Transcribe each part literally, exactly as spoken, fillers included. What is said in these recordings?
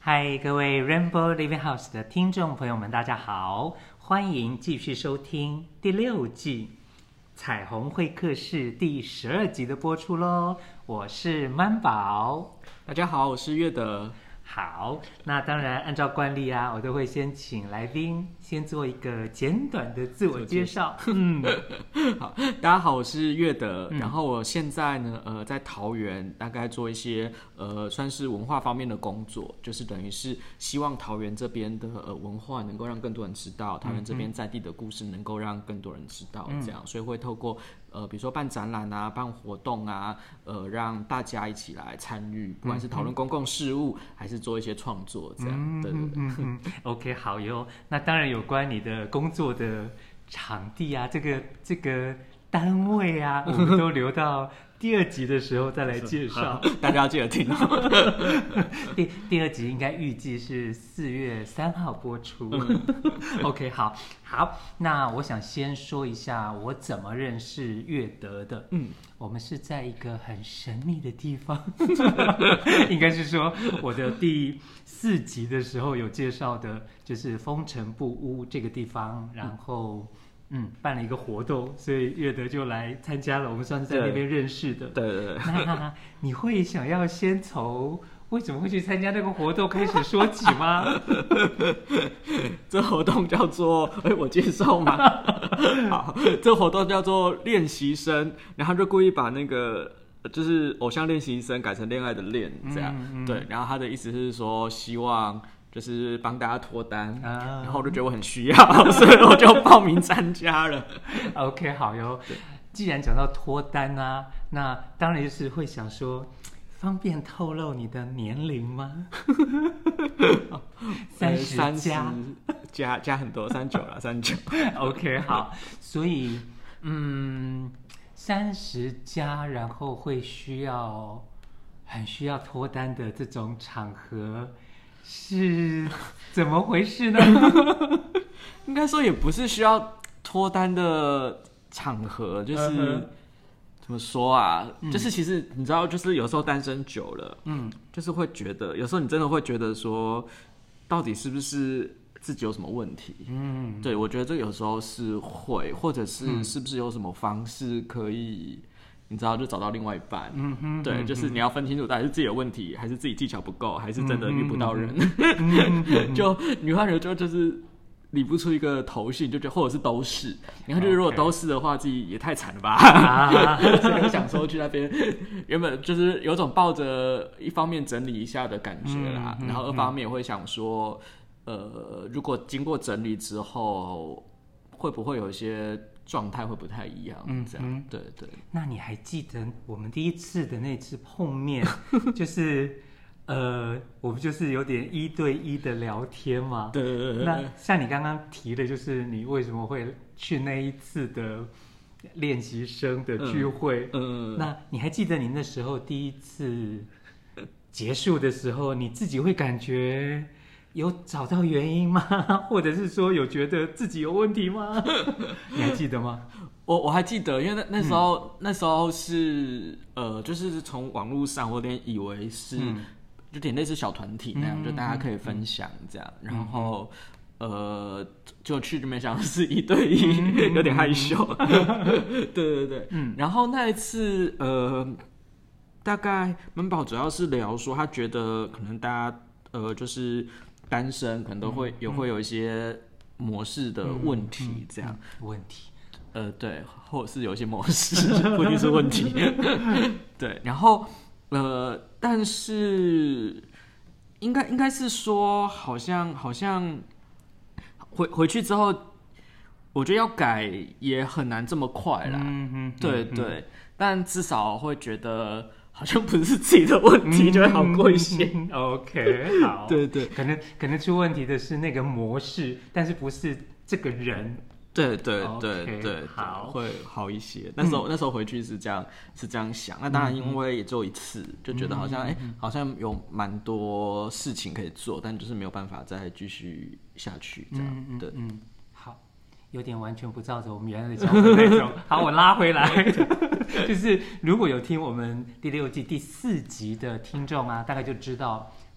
嗨，各位 Rainbow Living House 的听众朋友们，大家好，欢迎继续收听第六季彩虹会客室第十二集的播出咯。我是曼宝， 大家好，我是月德。 好，那当然按照惯例啊，我都会先请来宾先做一个简短的自我介绍。嗯， 好，大家好，我是月德、嗯、然后我现在呢，呃，在桃园大概做一些呃，算是文化方面的工作，就是等于是希望桃园这边的呃文化能够让更多人知道，桃园这边在地的故事能够让更多人知道，嗯、这样，所以会透过呃，比如说办展览啊，办活动啊，呃，让大家一起来参与，不管是讨论公共事务，还是做一些创作，这样。嗯、对对对。 嗯嗯 OK， 好哟。那当然有关你的工作的场地啊，这个这个单位啊，我们都留到第二集的时候再来介绍， 大家要记得听。 第第二集应该预计是四月三号播出。OK， 好，好，那我想先说一下我怎么认识月德的。嗯，我们是在一个很神秘的地方，应该是说我的第四集的时候有介绍的，就是风尘布屋这个地方，然后。嗯，办了一个活动，所以月德就来参加了。我们算是在那边认识的。 对对对。 那你会想要先从为什么会去参加那个活动开始说起吗？ 这活动叫做……哎，我介绍吗？好，这活动叫做练习生，然后就故意把那个就是偶像练习生改成恋爱的恋，这样、嗯嗯、对。然后他的意思是说，希望。就是帮大家脱单、啊、然后我就觉得我很需要，所以我就报名参加了。 OK， 好哟。既然讲到脱单啊，那当然就是会想说，方便透露你的年龄吗？三十加加加很多，三九了，三九。 OK， 好。所以，嗯，三十加，然后会需要很需要脱单的这种场合。是怎么回事呢？ 应该说也不是需要脱单的场合，就是、uh-huh. 怎么说啊、嗯？就是其实你知道，就是有时候单身久了，嗯，就是会觉得，有时候你真的会觉得说，到底是不是自己有什么问题？嗯，对，我觉得这有时候是会，或者是是不是有什么方式可以。你知道，就找到另外一半，嗯哼，对，嗯、就是你要分清楚，到底是自己有问题，还是自己技巧不够，还是真的遇不到人。嗯嗯、就女汉人就就是理不出一个头绪，就觉得或者是都是，然后就是如果都是的话，自己也太惨了吧。Okay. 所以我想说去那边，原本就是有种抱着一方面整理一下的感觉啦，嗯、然后二方面也会想说，呃，如果经过整理之后，会不会有一些。状态会不太一样，嗯，这样，嗯、对对。 那你还记得我们第一次的那次碰面，就是呃，我们就是有点一对一的聊天嘛？ 对对对。 那像你刚刚提的，就是你为什么会去那一次的练习生的聚会？嗯，嗯那你还记得你那时候第一次结束的时候，你自己会感觉？有找到原因吗？或者是说有觉得自己有问题吗？你还记得吗？ 我我还记得，因为 那, 那时候、嗯、那时候是呃，就是从网络上，我有点以为是、嗯、有点类似小团体那样、嗯，就大家可以分享这样，嗯、然后、嗯、呃，就去就没想到是一对一，嗯、有点害羞。对对对，嗯，然后那一次呃，大概曼宝主要是聊说，他觉得可能大家呃就是。单身可能都会有、嗯、会有一些模式的问题，这样、 嗯嗯、问题， 呃，对，或者是有一些模式不一定是问题，对，然后呃，但是应该应该是说，好像好像回回去之后，我觉得要改也很难这么快啦，嗯嗯，对对、嗯，但至少会觉得。好像不是自己的问题，就会好过一些。 嗯、OK， 好， 对对， 可能可能出问题的是那个模式，但是不是这个人。 对对对 okay, 对， 好， 会好一些。那时候、嗯、那时候回去是这样是这样想。那当然，因为也只有一次，嗯、就觉得好像哎、嗯欸，好像有蛮多事情可以做，但就是没有办法再继续下去这样。嗯、对， 嗯，好。有点完全不照着我们原来的脚本那种。好，我拉回来，就是如果有听我们第六季第四集的听众啊，大概就知道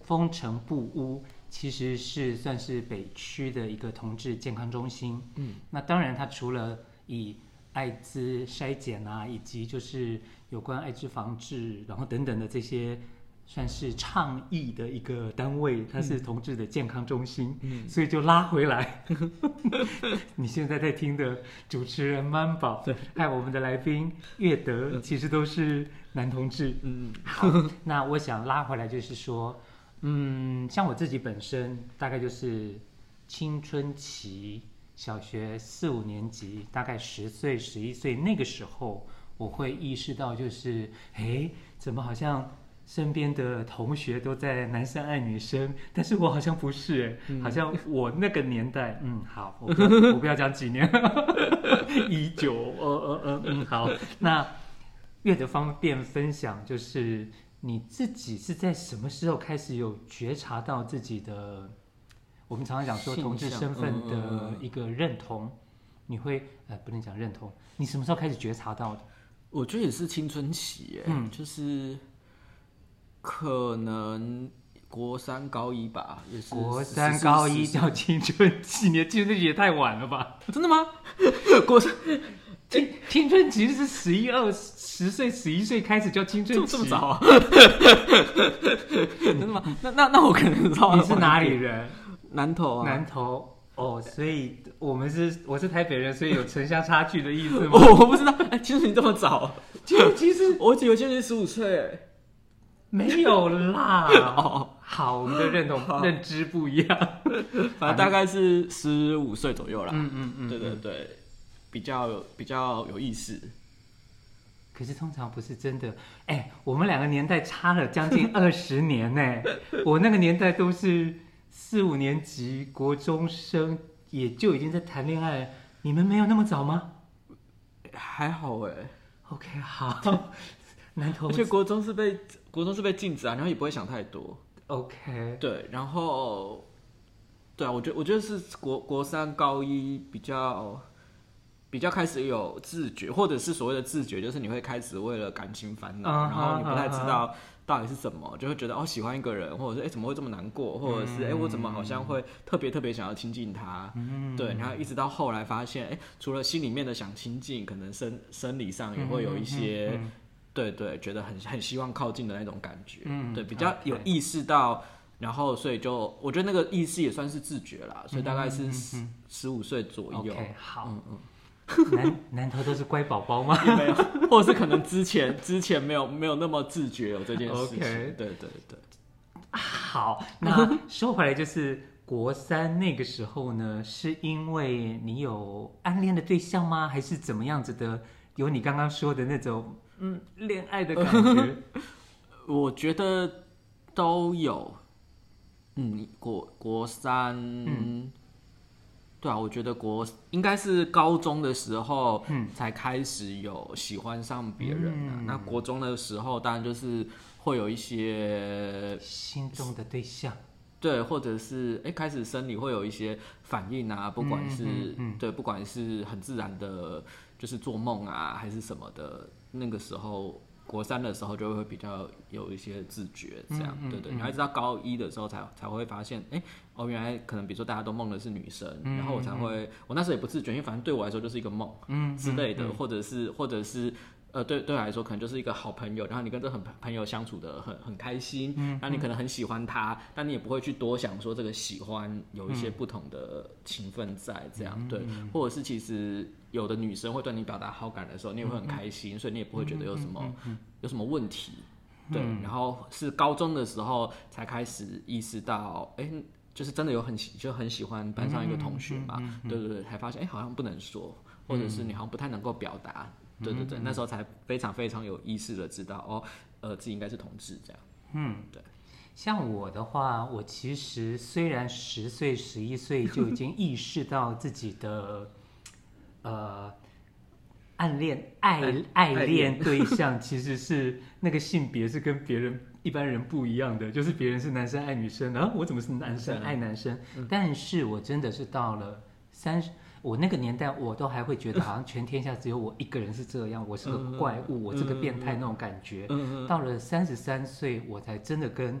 丰城布屋其实是算是北区的一个同志健康中心。嗯，那当然它除了以艾滋筛检啊，以及就是有关艾滋防治，然后等等的这些算是倡议的一个单位，它是同志的健康中心，嗯、所以就拉回来。你现在在听的主持人曼宝，还有我们的来宾岳德，其实都是男同志。嗯，好，那我想拉回来就是说，嗯，像我自己本身大概就是青春期。小学四五年级，大概十岁、十一岁那个时候，我会意识到，就是哎，怎么好像身边的同学都在男生爱女生，但是我好像不是哎、嗯，好像我那个年代，嗯，好，我不要我不要讲几年，一九，呃呃呃，嗯，好，那越的方便分享，就是你自己是在什么时候开始有觉察到自己的？我们常常讲说同志身份的一个认同，嗯嗯嗯你会呃不能讲认同，你什么时候开始觉察到的？ 我觉得也是青春期耶，嗯，就是可能国三高一吧，也是国三高一叫青春期，你的青春期也太晚了吧？ 真的吗？国三青青春期是十一二十岁十一岁开始叫青春期， 这么早啊？真的吗？那那那我可能知道你是哪里人？ 南投啊， 南投哦，所以我们是我是台北人，所以有城乡差距的意思吗？ 我我不知道，哎，青春期这么早？ 青春期是， 我以为青春期十五岁， 没有啦。哦，好，我们的认同认知不一样， 反正大概是十五岁左右啦。嗯嗯嗯，对对对，比较有比较有意识。 可是通常不是真的，哎，我们两个年代差了将近二十年呢。我那个年代都是。四五年级国中生也就已经在谈恋爱，你们没有那么早吗？ 还好哎。 OK， 好。南投， 而且国中是被国中是被禁止啊，然后也不会想太多。 OK， 对，然后对啊，我觉得我觉得是国国三高一比较比较开始有自觉，或者是所谓的自觉，就是你会开始为了感情烦恼， uh-huh, 然后你不太知道。Uh-huh.到底是什么，就会觉得哦，喜欢一个人，或者是哎，怎么会这么难过，或者是哎，我怎么好像会特别特别想要亲近他，嗯，对，然后一直到后来发现，哎，除了心里面的想亲近，可能生生理上也会有一些，嗯嗯嗯、对对，觉得很很希望靠近的那种感觉，嗯，对，比较有意识到，然后所以就我觉得那个意识也算是自觉啦，所以大概是十五岁左右。 OK， 好，嗯嗯。南南投都是乖宝宝吗？ 没有，或者是可能之前之前没有没有那么自觉有这件事情。Okay. 对对对。 好，那说回来就是国三那个时候呢，是因为你有暗恋的对象吗？还是怎么样子的？有你刚刚说的那种嗯恋爱的感觉？ 我觉得都有。嗯，国国三。嗯对啊，我觉得国应该是高中的时候，嗯，才开始有喜欢上别人啊。嗯、那国中的时候，当然就是会有一些心动的对象， 对，或者是哎开始生理会有一些反应啊，不管是、嗯嗯嗯、对，不管是很自然的，就是做梦啊，还是什么的，那个时候。国三的时候就会比较有一些自觉，这样、嗯嗯、对对，然后一直到高一的时候才才会发现，哎、欸，哦，原来可能比如说大家都梦的是女生，嗯、然后我才会，我那时候也不自觉，因为反正对我来说就是一个梦，嗯之类的，嗯嗯、或者是或者是呃，对对我来说可能就是一个好朋友，然后你跟这很朋友相处的很很开心，嗯，那你可能很喜欢他，但你也不会去多想说这个喜欢有一些不同的情分在，这样、嗯、对，或者是其实。有的女生会对你表达好感的时候，你也会很开心，嗯、所以你也不会觉得有什么、嗯嗯、有什么问题，对。嗯、然后是高中的时候才开始意识到，哎，就是真的有很就很喜欢班上一个同学嘛，嗯嗯嗯、对对对，才发现哎好像不能说，或者是你好像不太能够表达，嗯、对对对，那时候才非常非常有意识的知道哦，呃，自己应该是同志这样，嗯，对。 像我的话，我其实虽然十岁、十一岁就已经意识到自己的。呃，暗恋爱爱恋对象其实是那个性别是跟别人一般人不一样的，就是别人是男生爱女生，然后我怎么是男生爱男生？嗯、但是我真的是到了三十，我那个年代我都还会觉得好像全天下只有我一个人是这样，我是个怪物，嗯、我是个变态那种感觉。嗯、到了三十三岁，我才真的跟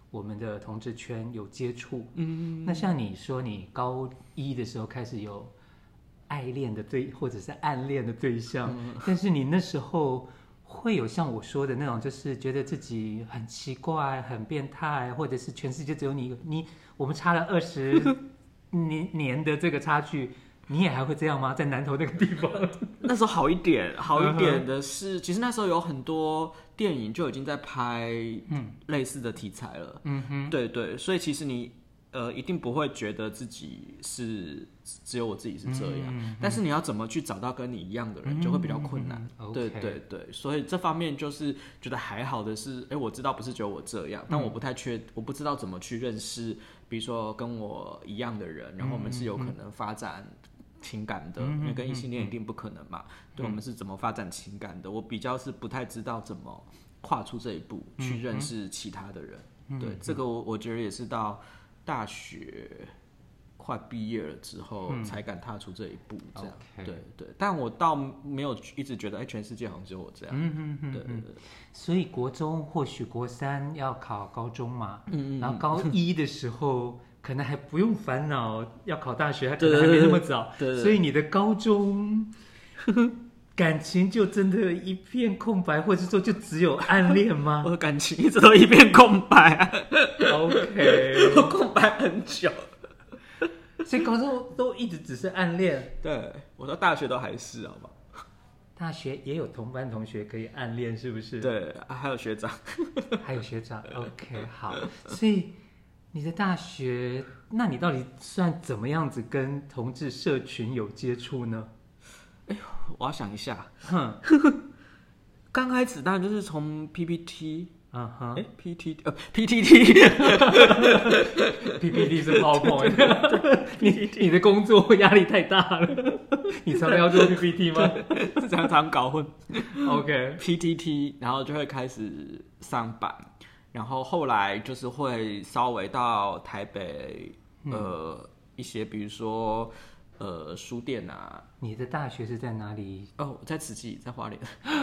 我们的同志圈有接触。 嗯， 那像你说，你高一的时候开始有爱恋的对，或者是暗恋的对象，嗯、但是你那时候会有像我说的那种，就是觉得自己很奇怪、很变态，或者是全世界只有你，你我们差了二十年年的这个差距。你也还会这样吗？在南投那个地方， 那时候好一点，好一点的是，其实那时候有很多电影就已经在拍类似的题材了。嗯哼，对对，所以其实你呃一定不会觉得自己是只有我自己是这样，嗯、但是你要怎么去找到跟你一样的人，就会比较困难。嗯、对对对，所以这方面就是觉得还好的是，哎，我知道不是只有我这样，但我不太确，我不知道怎么去认识，比如说跟我一样的人，然后我们是有可能发展情感的，因为跟异性恋一定不可能嘛。对，我们是怎么发展情感的？我比较是不太知道怎么跨出这一步去认识其他的人。对，这个我我觉得也是到大学快毕业了之后才敢踏出这一步，这样。Okay. 对对，但我倒没有一直觉得，哎，全世界好像只有我这样。嗯嗯对对对。 所以国中或许国三要考高中嘛，嗯嗯，然后高一的时候。可能还不用烦恼要考大学，可能还没那么早，对对对，所以你的高中感情就真的一片空白，或者说就只有暗恋吗？ 我的感情一直都一片空白、啊、 OK 我空白很久， 所以高中都一直只是暗恋。 对，我到大学都还是，好吧？ 大学也有同班同学可以暗恋，是不是？ 对、啊、还有学长还有学长 OK 好，所以你的大学，那你到底算怎么样子跟同志社群有接触呢？ 哎，我要想一下。哼，刚开始当然就是从 P P T， 嗯哼，哎 ，P T 呃 P T T，P P T 是 PowerPoint， 你你的工作压力太大了，你常常要做 P P T 吗？ 是常常搞混。 OK，P T T， 然后就会开始上班。然后后来就是会稍微到台北，呃，嗯、一些比如说呃书店啊。 你的大学是在哪里？ 哦，在慈济，在花莲。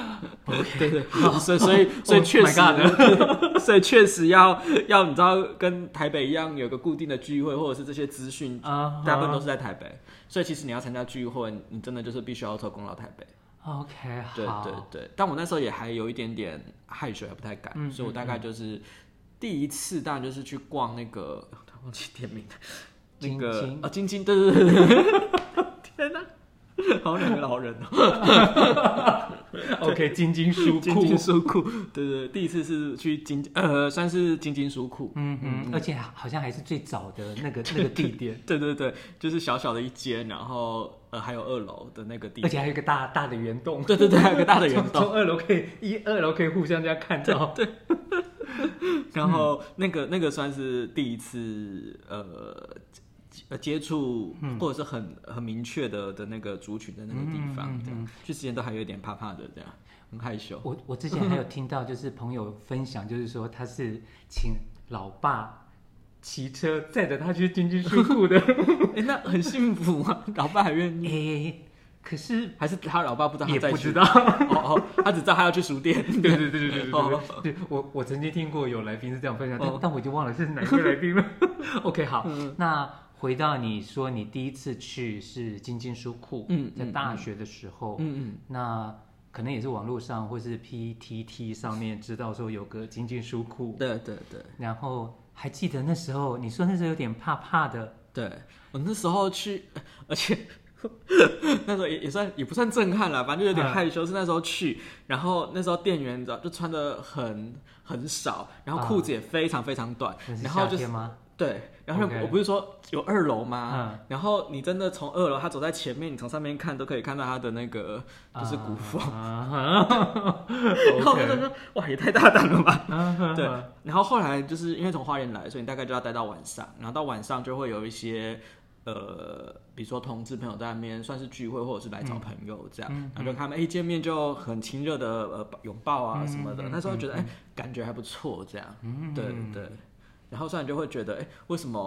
OK， 对对，所以所以所以确实， oh、所以确实要要你知道，跟台北一样有个固定的聚会，或者是这些资讯， uh-huh. 大部分都是在台北。所以其实你要参加聚会，你真的就是必须要抽空到台北。 OK， 好。 对对对，但我那时候也还有一点点害羞，还不太敢，嗯、所以我大概就是第一次，当然就是去逛那个，忘记店名，那个啊，晶晶，对对对对，天哪，好两个老人哦。OK， 晶晶书库， 晶晶书库，对对，第一次是去晶呃，算是晶晶书库， 嗯嗯，而且好像还是最早的那个那个地点， 对对对，就是小小的一间，然后。呃，还有二楼的那个地方， 而且还有一个大大的圆洞。 对对对，还有一个大的圆洞， 从二楼可以一二楼可以互相这样看到。 对。对然后那个、嗯、那个算是第一次呃接触，或者是很很明确的的那个族群的那个地方，这样、嗯嗯嗯、去之前都还有一点怕怕的，这样很害羞。 我我之前还有听到，就是朋友分享，就是说他是请老爸。骑车载着他去晶晶书库的， 哎、欸，那很幸福啊！老爸还愿意。 哎、欸，可是还是他老爸不知道他在去， 也不知道。 哦哦，他只知道他要去书店。 对对对对对对对。哦、对我我曾经听过有来宾是这样分享，但、哦、但我已经忘了是哪个来宾了。OK， 好，嗯、那回到你说你第一次去是晶晶书库，嗯，在大学的时候，嗯嗯，那可能也是网络上或是 P T T 上面知道说有个晶晶书库， 对对对， 然后。还记得那时候，你说那时候有点怕怕的。 对，我那时候去，而且那时候也也算也不算震撼啦，反正就有点害羞。嗯、是那时候去，然后那时候店员就穿的很很少，然后裤子也非常非常短， 嗯、 然后就是。对，然后我不是说有二楼吗？嗯、然后你真的从二楼，他走在前面，你从上面看都可以看到他的那个就是古风。啊、然后我就说哇，也太大胆了吧！啊、对，然后后来就是因为从花莲来，所以你大概就要待到晚上，然后到晚上就会有一些呃，比如说同志朋友在那边算是聚会，或者是来找朋友这样，嗯、然后就他们一见面就很亲热的呃拥抱啊什么的，嗯、那时候觉得哎、嗯、感觉还不错这样，嗯、对对。然后虽然就会觉得，哎，为什么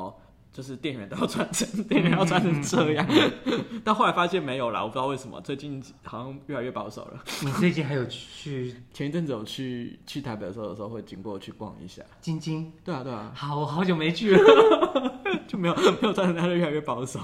就是店员都要穿成，店员要穿成这样。但后来发现没有啦，我不知道为什么，最近好像越来越保守了。 你最近还有去？ 前一阵子有去去台北的时候，有时候会经过去逛一下。 晶晶？ 对啊，对啊。 好，我好久没去了， 就没有没有穿成，它就越来越保守。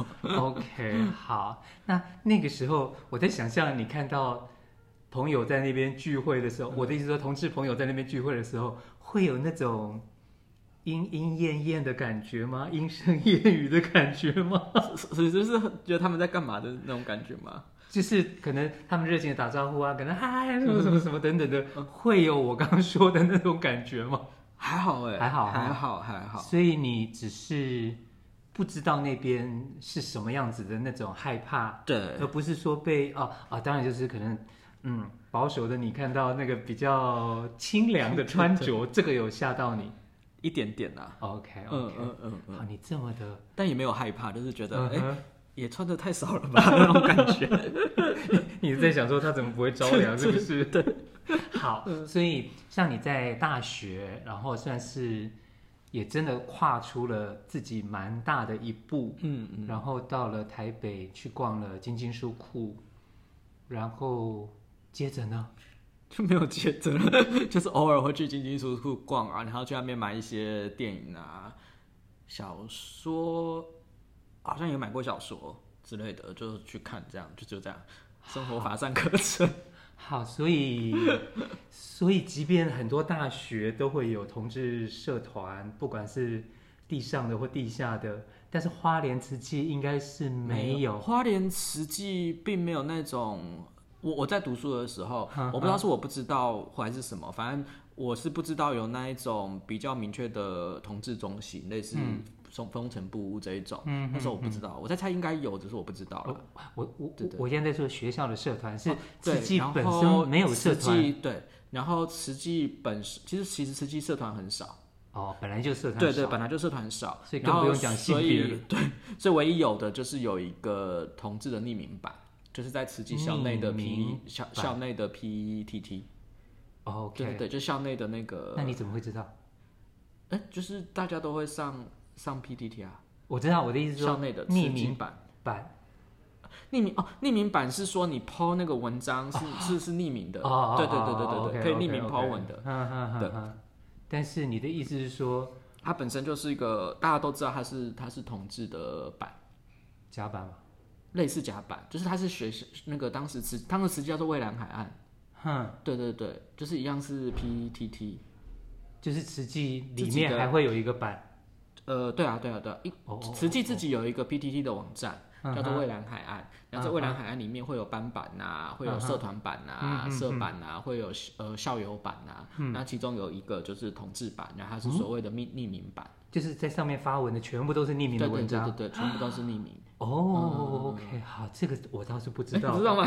OK， 好，那那个时候我在想象你看到朋友在那边聚会的时候，嗯、我的意思说，同志朋友在那边聚会的时候，会有那种莺莺燕燕的感觉吗？莺声燕语的感觉吗？ 是就是觉得他们在干嘛的那种感觉吗？ 就是可能他们热情的打招呼啊，可能嗨什么什么什么等等的，会有我刚刚说的那种感觉吗？ 还好哎、欸， 还好还好还好。 所以你只是不知道那边是什么样子的那种害怕， 对， 而不是说被哦啊，当然就是可能嗯保守的你看到那个比较清凉的穿着，这个有吓到你。 一点点啦 ，OK， OK， 嗯嗯嗯嗯， 好，你这么的， 但也没有害怕，就是觉得哎、 嗯欸，也穿的太少了吧那种感觉。 你在想说他怎么不会着凉，是不是？ 对， 好，所以像你在大学，然后算是也真的跨出了自己蛮大的一步， 嗯嗯， 然后到了台北去逛了晶晶书库，然后接着呢？ 就没有接着了，就是偶尔会去晶晶书库逛啊，然后去那边买一些电影啊、小说，好像也买过小说之类的，就去看这样，就就这样，生活乏善可陈。 好，所以所以即便很多大学都会有同志社团，不管是地上的或地下的，但是花莲慈济应该是没有。 没有花莲慈济并没有那种。我我在读书的时候，我不知道是我不知道还是什么，反正我是不知道有那一种比较明确的同志中心，类似风尘部屋这一种。嗯、那时候我不知道，我在猜应该有，只是我不知道了。 我我对对我现在在说学校的社团是慈济本身没有社团， 对，然后慈济本其实其实慈济社团很少。 哦，本来就社团少， 对对，本来就社团少， 所以更不用讲性别了。 对，所以唯一有的就是有一个同志的匿名版。就是在慈济校内的 P 校校内的 P T T， 哦， okay，对对对，就校内的那个。 那你怎么会知道？ 哎，就是大家都会上上 P T T 啊。 我知道，我的意思是说校内的匿名版版， 匿名哦，匿名版是说你 po 那个文章是、哦、是是匿名的， 哦， 对对对对对对， okay， 可以匿名 po 文的。 对。但是你的意思是说， 它本身就是一个大家都知道它是它是同志的版， 甲版吗？ 类似甲板，就是它是学那个当时词，当时词叫做蔚蓝海岸， 哼， 对对对，就是一样是 P T T， 就是慈济里面还会有一个版， 呃，对啊对啊对啊，一慈济自己有一个 P T T 的网站，叫做蔚蓝海岸，然后在蔚蓝海岸里面会有班版呐，会有社团版呐、社版呐，会有呃校友版呐，那其中有一个就是同志版，然后它是所谓的匿匿名版。 就是在上面发文的全部都是匿名的文章， 对对对对，全部都是匿名。 哦、嗯、，OK， 好，这个我倒是不知道， 不知道吗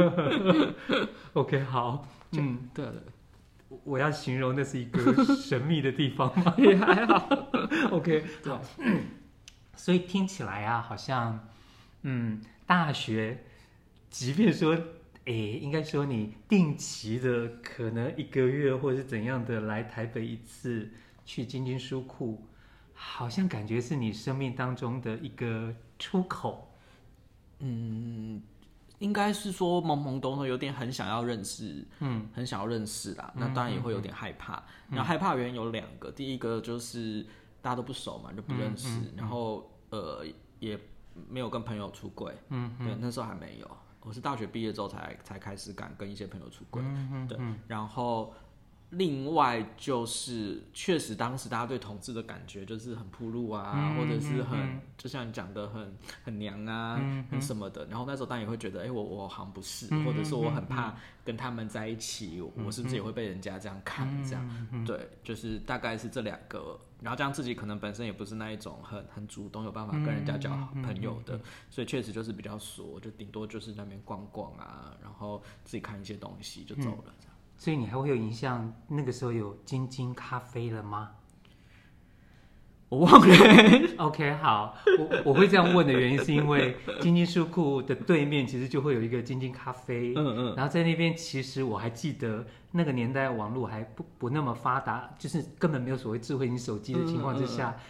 ？OK， 好，嗯， 对对， 我要形容那是一个神秘的地方吗？ 也还好 ，OK， 好，所以听起来啊，好像，嗯，大学，即便说，诶，应该说你定期的可能一个月或者是怎样的来台北一次，去晶晶书库。好像感觉是你生命当中的一个出口， 嗯，应该是说懵懵懂懂，有点很想要认识，嗯，很想要认识啦。那当然也会有点害怕。嗯、然后害怕的原因有两个，第一个就是大家都不熟嘛，就不认识，嗯嗯、然后呃也没有跟朋友出柜，嗯，对，那时候还没有，我是大学毕业之后才才开始敢跟一些朋友出柜，嗯嗯、对，然后。另外就是，确实当时大家对同志的感觉就是很暴露啊，嗯、或者是很，嗯、就像你讲的很很娘啊，嗯、很什么的。然后那时候当然也会觉得，哎、欸，我我好像不是，嗯、或者是我很怕跟他们在一起，嗯、我是不是也会被人家这样看？嗯、这样，嗯、对，就是大概是这两个。然后这样自己可能本身也不是那一种很很主动有办法跟人家交朋友的，所以确实就是比较缩，就顶多就是那边逛逛啊，然后自己看一些东西就走了这样。 所以你还会有印象那个时候有晶晶咖啡了吗？ 我忘了。 OK， 好，我我会这样问的原因是因为晶晶书库的对面其实就会有一个晶晶咖啡，嗯嗯，然后在那边其实我还记得那个年代网络还不不那么发达，就是根本没有所谓智慧型手机的情况之下，嗯嗯嗯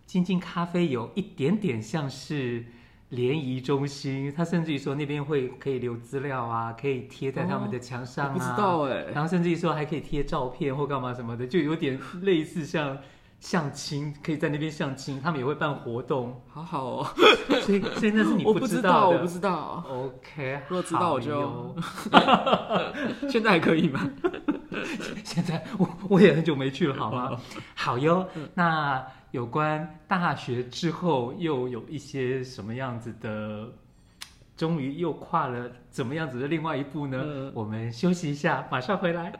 晶晶咖啡有一点点像是联谊中心，他甚至于说那边会可以留资料啊，可以贴在他们的墙上啊， 哦、我不知道哎、 然后甚至于说还可以贴照片或干嘛什么的，就有点类似像相亲，可以在那边相亲，他们也会办活动， 好好哦。 所以所以那是你我不知不知道， 的， 我不知道。 OK， 如果知道我就好现在还可以吗？ 现在我我也很久没去了，好吗？好哟。那有关大学之后又有一些什么样子的，终于又跨了怎么样子的另外一步呢？嗯、我们休息一下，马上回来。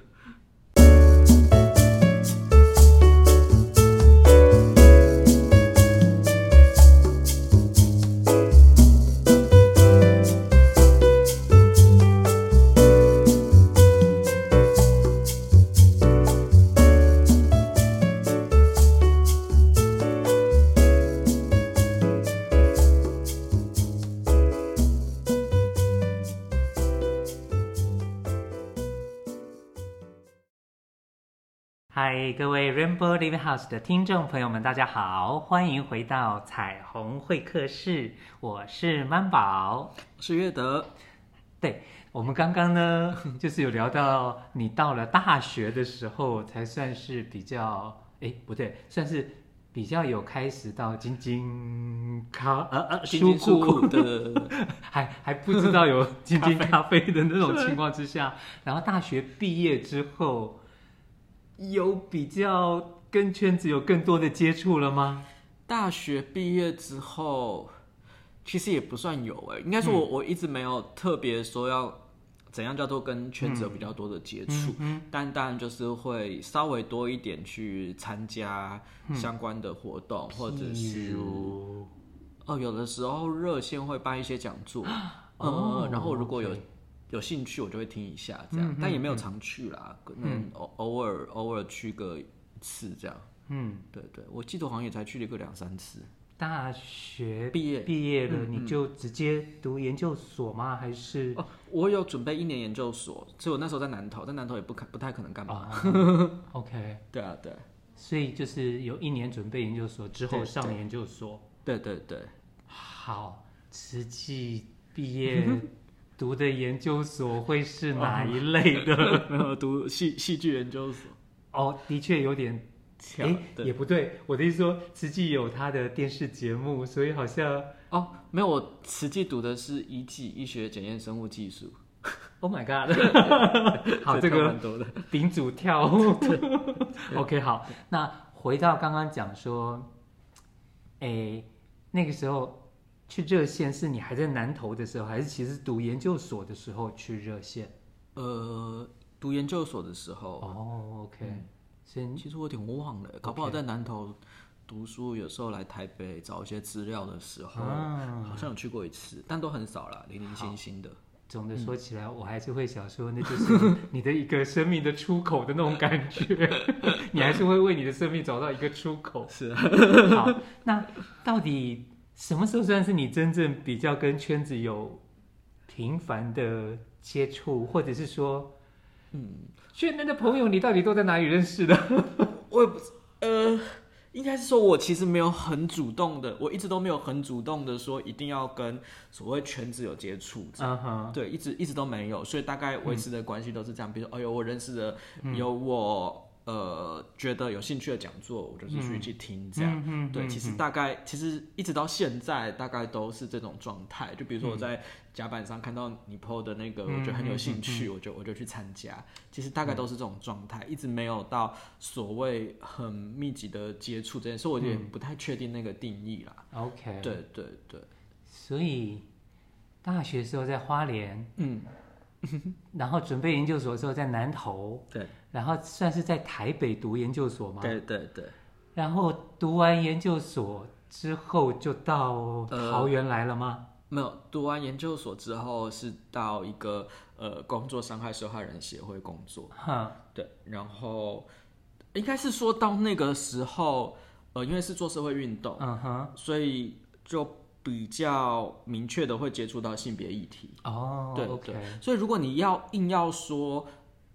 嗨，各位 Rainbow Living House 的听众朋友们，大家好，欢迎回到彩虹会客室，我是曼宝， 我是月德。 对，我们刚刚呢，就是有聊到你到了大学的时候，才算是比较，哎，不对，算是比较有开始到晶晶咖呃呃书库的， 还还不知道有晶晶咖啡的那种情况之下，然后大学毕业之后。有比较跟圈子有更多的接触了吗？ 大学毕业之后，其实也不算有哎、欸，应该说我、嗯、我一直没有特别说要怎样叫做跟圈子有比较多的接触，嗯嗯、但当然就是会稍微多一点去参加相关的活动，嗯、或者是哦，有的时候热线会办一些讲座，哦、呃，然后如果有。Okay.有兴趣我就会听一下，这样，嗯、但也没有常去啦，可能偶偶尔偶尔去个一次这样。嗯，对对，我记得好像也才去了个两三次。 大学毕业毕业了，嗯、你就直接读研究所吗？还是？ 哦，我有准备一年研究所，所以我那时候在南投，在南投也不可不太可能干嘛。 哦、OK， 对啊对。 所以就是有一年准备研究所之后上研究所。 对对 对, 对。 好，实际毕业。读的研究所会是哪一类的？ 没有读戏戏剧研究所。 哦，的确有点，哎，也不对。我的意思说，慈济有他的电视节目，所以好像哦，没有，我慈济读的是医技医学检验生物技术。 Oh my god！ 好，这个丙组跳。OK， 好，那回到刚刚讲说，哎，那个时候。去热线是你还在南投的时候，还是其实读研究所的时候去热线？ 呃，读研究所的时候。 哦 ，OK，嗯、所以其实我有点忘了， okay. 搞不好在南投读书，有时候来台北找一些资料的时候，啊、好像有去过一次，但都很少啦，零零星星的。 总的说起来，嗯、我还是会想说，那就是你的一个生命的出口的那种感觉，你还是会为你的生命找到一个出口。 是啊。 好，那到底？什么时候算是你真正比较跟圈子有频繁的接触，或者是说，嗯，圈内的朋友你到底都在哪里认识的？ 我也不呃，应该是说我其实没有很主动的，我一直都没有很主动的说一定要跟所谓圈子有接触，嗯哼，对，一直一直都没有，所以大概维持的关系都是这样，嗯、比如说，哎呦，我认识的有我。呃，觉得有兴趣的讲座，我就是去去听这样。嗯嗯、对，其实大概其实一直到现在，大概都是这种状态。就比如说我在甲板上看到你 po 的那个，嗯、我觉得很有兴趣，嗯、我就我就去参加。其实大概都是这种状态，一直没有到所谓很密集的接触这件事，我也不太确定那个定义啦。 OK， 对对对。 所以大学时候在花莲，嗯。然后准备研究所的时候在南投， 对， 然后算是在台北读研究所吗？ 对对对。 然后读完研究所之后就到桃园来了吗？ 呃、没有，读完研究所之后是到一个呃工作伤害受害人协会工作，哈，对，然后应该是说到那个时候，呃，因为是做社会运动，嗯哼，所以就。比较明确的会接触到性别议题哦， 对 okay. 对，所以如果你要硬要说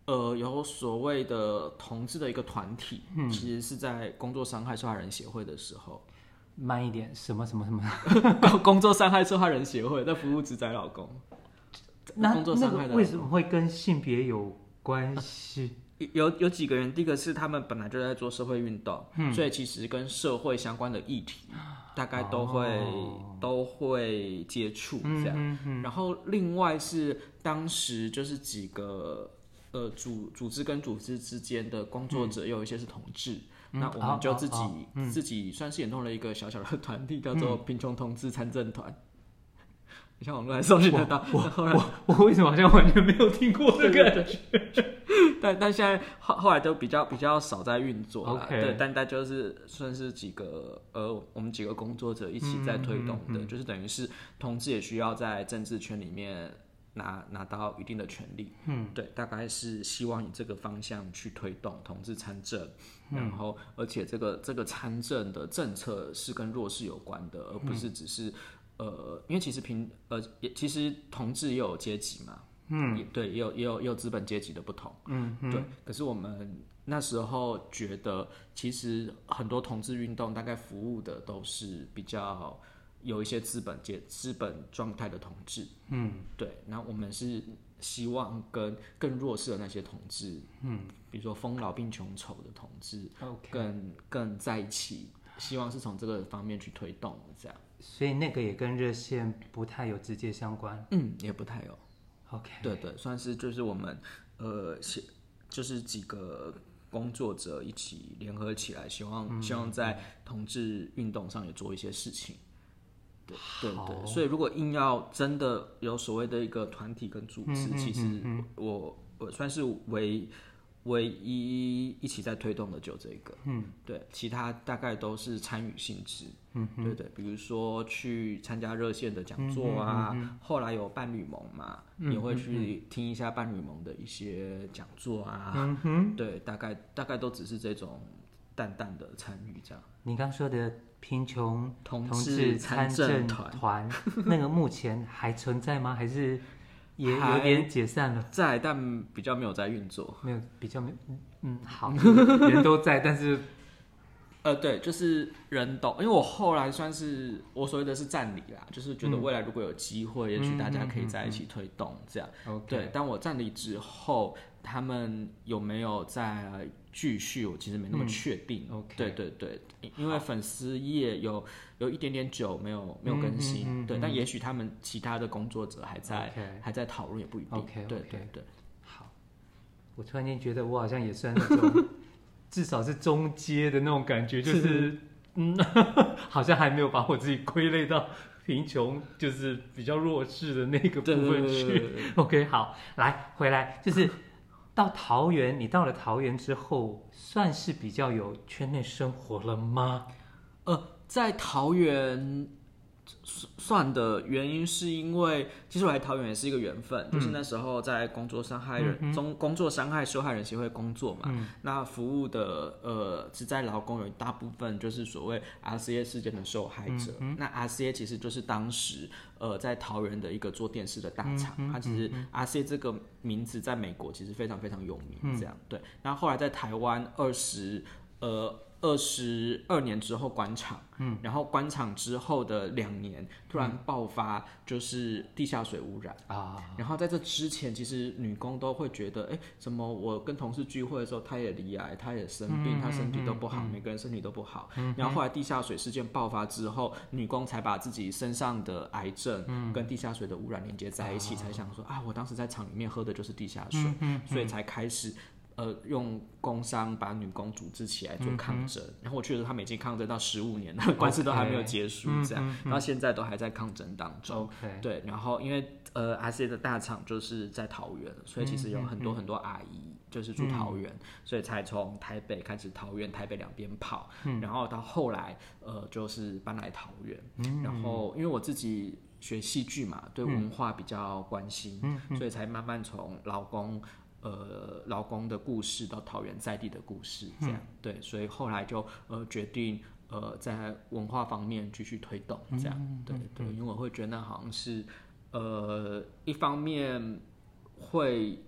呃，有所谓的同志的一个团体，嗯，其实是在工作伤害受害人协会的时候。 慢一点，什么什么什么？ 工作伤害受害人协会在服务职灾老公。 那工作伤害的那个为什么会跟性别有关系？ 有有几个人，第一个是他们本来就在做社会运动，嗯、所以其实跟社会相关的议题大概都会、哦、都会接触这样。嗯嗯嗯、然后另外是当时就是几个呃组组织跟组织之间的工作者，有一些是同志，嗯、那我们就自己、哦哦哦、自己算是也弄了一个小小的团体，叫做贫穷同志参政团。你像网络还搜寻得到， 我我我为什么好像完全没有听过这个？ 但但现在后后来都比较比较少在运作了， okay. 对，但但就是算是几个呃，我们几个工作者一起在推动的，嗯嗯嗯、就是等于是同志也需要在政治圈里面拿拿到一定的权利，嗯，对，大概是希望以这个方向去推动同志参政，嗯、然后而且这个这个参政的政策是跟弱势有关的，而不是只是。呃，因为其实平呃，也其实同志也有阶级嘛，嗯，也对，也有也有也有资本阶级的不同，嗯，对。可是我们那时候觉得，其实很多同志运动大概服务的都是比较有一些资本阶资本状态的同志，嗯，对。那我们是希望跟更弱势的那些同志，嗯，比如说丰老病穷丑的同志， okay. 更更在一起，希望是从这个方面去推动这样。 所以那个也跟热线不太有直接相关， 嗯，也不太有。 OK， 对对，算是就是我们呃，就是几个工作者一起联合起来，希望、嗯、希望在同志运动上也做一些事情。对对对，所以如果硬要真的有所谓的一个团体跟组织，嗯、其实我我算是唯。唯一一起在推动的就这个，嗯，对，其他大概都是参与性质，嗯，对对，比如说去参加热线的讲座啊，嗯嗯嗯、后来有伴侣盟嘛，嗯、也会去听一下伴侣盟的一些讲座啊，嗯哼，对，大概大概都只是这种淡淡的参与这样。 你刚说的贫穷同志参政团，那个目前还存在吗？还是？也有点解散了， 在，但比较没有在运作， 没有比较没有，嗯，好，人都在，但是， 呃，对，就是人都，因为我后来算是我所谓的是站理啦，就是觉得未来如果有机会，嗯、也许大家可以在一起推动这样，嗯嗯嗯、对。但我站理之后，他们有没有在继续，我其实没那么确定。嗯、对对对，因为粉丝页有有一点点久没有没有更新，嗯嗯嗯、对，但也许他们其他的工作者还在、okay. 还在讨论，也不一定。 Okay, okay. 对对对， 好，我突然间觉得我好像也算那种至少是中阶的那种感觉，就是。是嗯，好像还没有把我自己归类到贫穷，就是比较弱势的那个部分去。对对对对 OK， 好，来回来，就是到桃园，你到了桃园之后，算是比较有圈内生活了吗？ 呃，在桃园算的原因是因为，其实我来桃园也是一个缘分，嗯、就是那时候在工作伤害人、中、嗯、工作伤害受害人协会工作嘛，嗯、那服务的呃职灾劳工有一大部分就是所谓 R C A 事件的受害者，嗯嗯、那 R C A 其实就是当时呃在桃园的一个做电视的大厂，嗯嗯、它其实 R C A 这个名字在美国其实非常非常有名，这样、嗯、对，然后后来在台湾二十呃。二十二年之后关厂，嗯，然后关厂之后的两年，突然爆发就是地下水污染啊。然后在这之前，其实女工都会觉得，哎，怎么我跟同事聚会的时候，她也罹癌，她也生病，她、嗯、身体都不好，嗯、每个人身体都不好。嗯、然后后来地下水事件爆发之后，女工才把自己身上的癌症跟地下水的污染连接在一起，嗯、才想说啊，我当时在厂里面喝的就是地下水，嗯嗯嗯、所以才开始。呃，用工商把女工组织起来做抗争，嗯、然后我觉得他们已经抗争到十五年了， okay, 官司都还没有结束，这样，嗯嗯嗯、然后现在都还在抗争当中。Okay. 对，然后因为呃 R C A 的大厂就是在桃园，所以其实有很多很多阿姨就是住桃园，嗯、所以才从台北开始桃园、台北两边跑，嗯、然后到后来呃就是搬来桃园，嗯、然后因为我自己学戏剧嘛，对文化比较关心，嗯嗯、所以才慢慢从劳工。呃，劳工的故事到桃园在地的故事，这样、嗯、对，所以后来就呃决定呃在文化方面继续推动，这样、嗯、对对，因为我会觉得好像是呃一方面会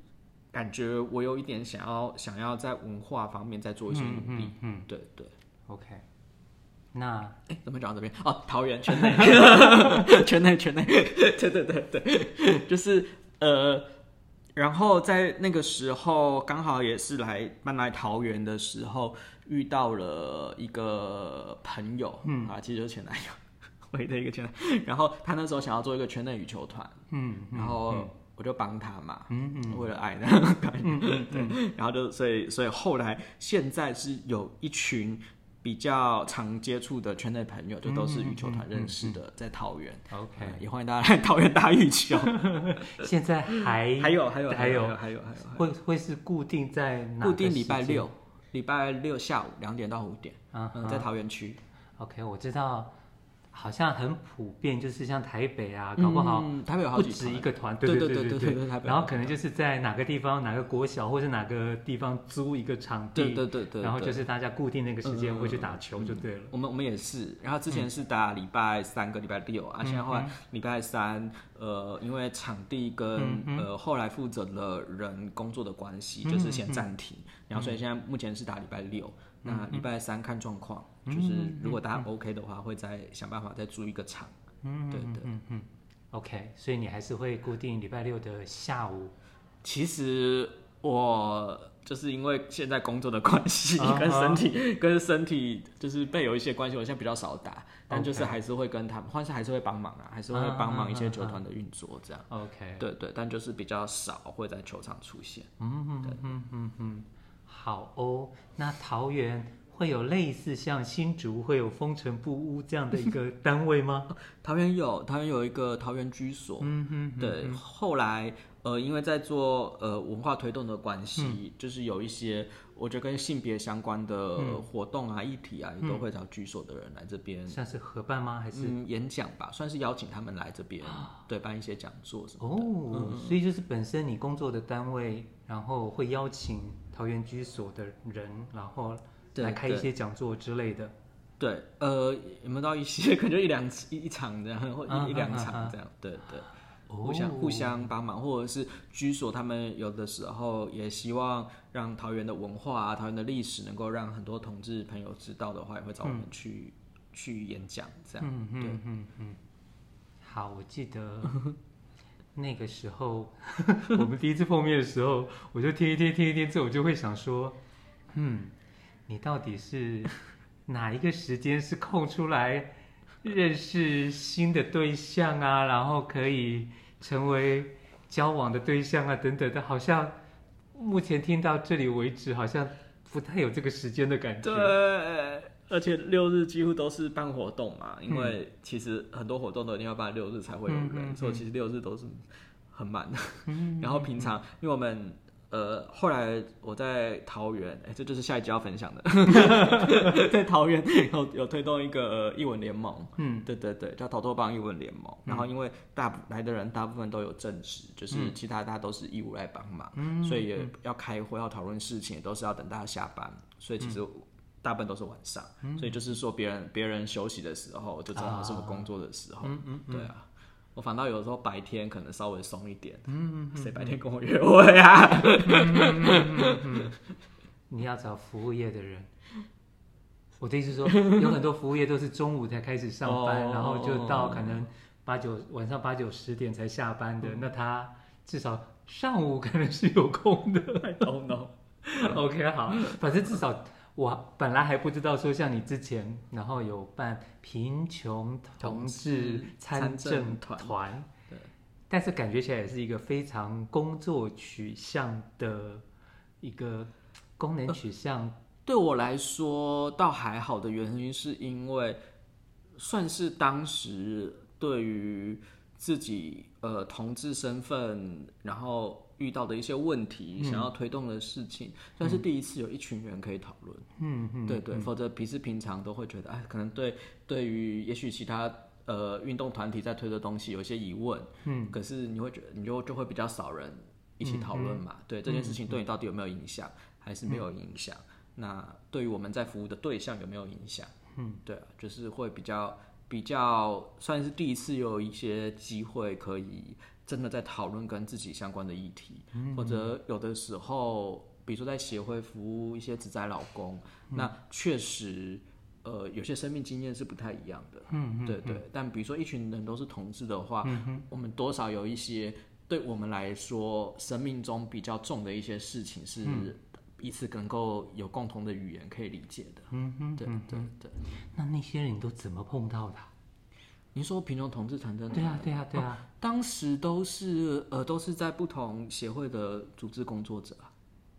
感觉我有一点想要想要在文化方面再做一些努力。嗯，嗯嗯对对。 OK， 那哎，怎么讲到这边？哦，桃园圈内，圈内圈内，对对对对，就是呃，然后在那个时候刚好也是来搬来桃园的时候，遇到了一个朋友，嗯啊，其实就是前男友。唯一的一个圈内，然后他那时候想要做一个圈内羽球团，嗯，然后我就帮他嘛，嗯嗯，为了爱的感觉，嗯嗯对，然后就所以所以后来现在是有一群比较常接触的圈内朋友，就都是羽球团认识的，在桃园 ，OK， 呃也欢迎大家来桃园打羽球。 现在还还有还有还有还有还有会会是固定在哪？ 固定礼拜六，礼拜六下午两点到五点，嗯，在桃园区。 OK， 我知道。好像很普遍，就是像台北啊，搞不好台北有好几不止一个团， 对对对对对对。 然后可能就是在哪个地方、哪个国小或是哪个地方租一个场地， 对对对对。 然后就是大家固定那个时间会去打球就对了。 我们我们也是，然后之前是打礼拜三跟礼拜六啊，现在后来礼拜三，呃，因为场地跟呃后来负责的人工作的关系，就是先暂停，然后所以现在目前是打礼拜六。那礼拜三看状况，就是如果大家 OK 的话，会再想办法再租一个场。嗯，对对， 嗯嗯 OK， 所以你还是会固定礼拜六的下午。 其实我就是因为现在工作的关系，跟身体跟身体就是背有一些关系，我现在比较少打，但就是还是会跟他们，或是还是会帮忙啊，还是会帮忙一些球团的运作这样。 OK， 对对，但就是比较少会在球场出现。 嗯嗯嗯嗯嗯。好哦，那桃园会有类似像新竹会有风尘不污这样的一个单位吗？ 桃园有，桃园有一个桃园居所。嗯哼嗯，对。后来呃，因为在做呃文化推动的关系，嗯、就是有一些我觉得跟性别相关的活动啊、议题啊，也都会找居所的人来这边。 像是合办吗？还是、 嗯、演讲吧？算是邀请他们来这边，对，办一些讲座什么的。 哦、嗯，所以就是本身你工作的单位，然后会邀请桃园居所的人，然后来开一些讲座之类的。 对，对呃，有没有到一些？可能就一两一一场这样，或一、啊、一两场这样。啊、对对。互相互相帮忙，或者是居所，他们有的时候也希望让桃园的文化啊、桃园的历史能够让很多同志朋友知道的话，也会找我们去、嗯、去演讲，这样。嗯嗯对嗯嗯。 好，我记得那个时候我们第一次碰面的时候，我就听一听听一听之后，我就会想说，嗯，你到底是哪一个时间是空出来？认识新的对象啊，然后可以成为交往的对象啊，等等的，好像目前听到这里为止，好像不太有这个时间的感觉。 对，而且六日几乎都是办活动嘛，因为其实很多活动都一定要办六日才会有人，嗯、所以其实六日都是很满的。嗯、然后平常，因为我们。呃，后来我在桃园，哎，这就是下一集要分享的。在桃园有有推动一个艺文联盟，嗯，对对对，叫头头帮艺文联盟。嗯、然后因为大来的人大部分都有正职，就是其他大家都是义务来帮忙，嗯、所以也要开会要讨论事情，也都是要等大家下班，所以其实大部分都是晚上。嗯、所以就是说别人别人休息的时候，就正好是我工作的时候，嗯嗯嗯对啊。我反倒有时候白天可能稍微松一点，嗯，谁白天跟我约会啊？ 你要找服务业的人。我的意思是说，有很多服务业都是中午才开始上班，哦、然后就到可能八九晚上八九十点才下班的，嗯、那他至少上午可能是有空的。 I don't know. OK， 好，反正至少。我本来还不知道说像你之前，然后有办贫穷同志参政团，但是感觉起来也是一个非常工作取向的一个功能取向。呃、 对我来说倒还好的原因是因为算是当时对于自己呃同志身份，然后。遇到的一些问题，嗯、想要推动的事情，算是第一次有一群人可以讨论。嗯嗯，对对，嗯、否则平时平常都会觉得，哎，可能对对于也许其他呃运动团体在推的东西有一些疑问，嗯，可是你会觉得你就就会比较少人一起讨论嘛。嗯、对这件事情对你到底有没有影响，还是没有影响？嗯、那对于我们在服务的对象有没有影响？嗯，对啊，就是会比较比较算是第一次有一些机会可以。 真的在讨论跟自己相关的议题，嗯、或者有的时候，比如说在协会服务一些职灾老公，嗯、那确实。呃，有些生命经验是不太一样的，嗯，对对。但比如说一群人都是同志的话，嗯、我们多少有一些对我们来说生命中比较重的一些事情是彼此能够有共同的语言可以理解的，嗯哼，对对对。 那那些人你都怎么碰到的？ 您说贫穷同志团队？ 对啊对啊对啊、 哦，当时都是呃都是在不同协会的组织工作者啊。